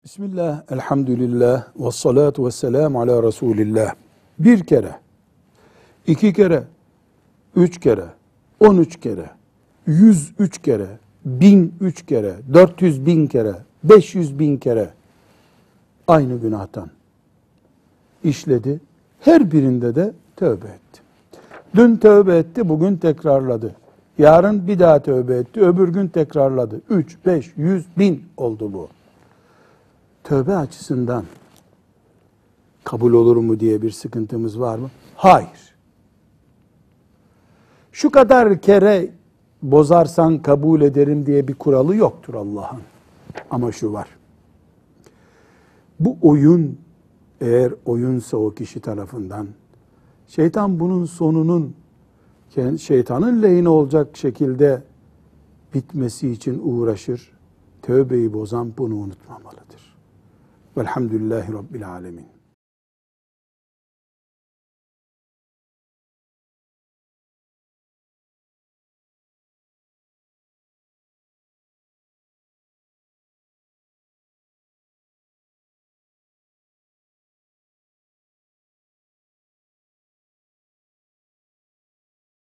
Bismillah, elhamdülillah, ve salatu ve selamu ala Resulillah. Bir kere, iki kere, üç kere, 13 kere, 103 kere, 1003 kere, 400.000 kere, 500.000 kere aynı günahtan işledi. Her birinde de tövbe etti. Dün tövbe etti, bugün tekrarladı. Yarın bir daha tövbe etti, öbür gün tekrarladı. 3, 5, 100, 1000 oldu bu. Tövbe açısından kabul olur mu diye bir sıkıntımız var mı? Hayır. Şu kadar kere bozarsan kabul ederim diye bir kuralı yoktur Allah'ın. Ama şu var. Bu oyun eğer oyunsa o kişi tarafından, şeytan bunun sonunun şeytanın lehine olacak şekilde bitmesi için uğraşır. Tövbeyi bozan bunu unutmamalıdır. Velhamdülillahi Rabbil Alemin.